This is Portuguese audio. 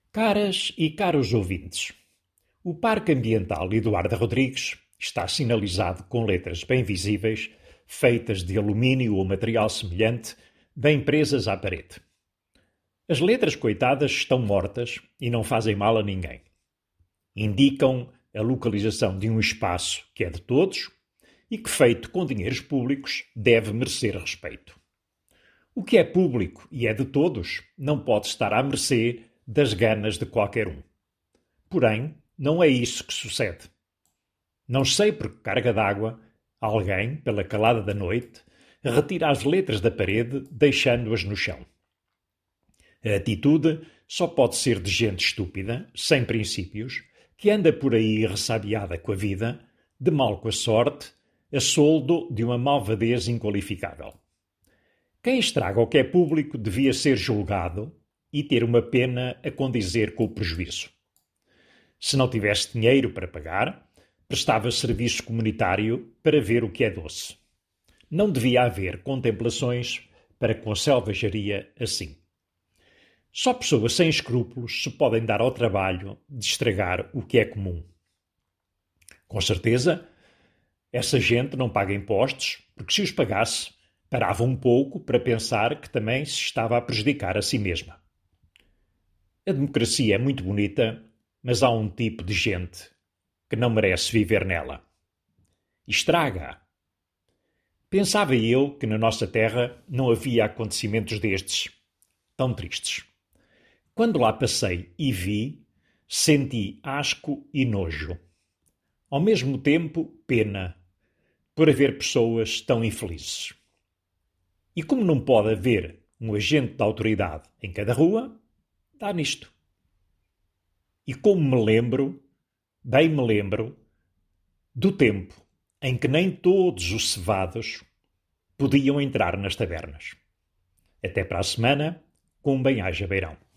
Caras e caros ouvintes, o Parque Ambiental Eduardo Rodrigues está sinalizado com letras bem visíveis, feitas de alumínio ou material semelhante, bem presas à parede. As letras, coitadas, estão mortas e não fazem mal a ninguém. Indicam a localização de um espaço que é de todos e que, feito com dinheiros públicos, deve merecer respeito. O que é público e é de todos não pode estar à mercê das ganas de qualquer um. Porém, não é isso que sucede. Não sei por que carga d'água alguém, pela calada da noite, retira as letras da parede, deixando-as no chão. A atitude só pode ser de gente estúpida, sem princípios, que anda por aí ressabiada com a vida, de mal com a sorte, a soldo de uma malvadez inqualificável. Quem estraga o que é público devia ser julgado e ter uma pena a condizer com o prejuízo. Se não tivesse dinheiro para pagar, prestava serviço comunitário para ver o que é doce. Não devia haver contemplações para com a selvageria assim. Só pessoas sem escrúpulos se podem dar ao trabalho de estragar o que é comum. Com certeza, essa gente não paga impostos, porque se os pagasse, parava um pouco para pensar que também se estava a prejudicar a si mesma. A democracia é muito bonita, mas há um tipo de gente que não merece viver nela. E estraga-a. Pensava eu que na nossa terra não havia acontecimentos destes, tão tristes. Quando lá passei e vi, senti asco e nojo. Ao mesmo tempo, pena, por haver pessoas tão infelizes. E como não pode haver um agente da autoridade em cada rua, dá nisto. E como me lembro, bem me lembro, do tempo em que nem todos os cevados podiam entrar nas tabernas. Até para a semana, com um bem-aja beirão.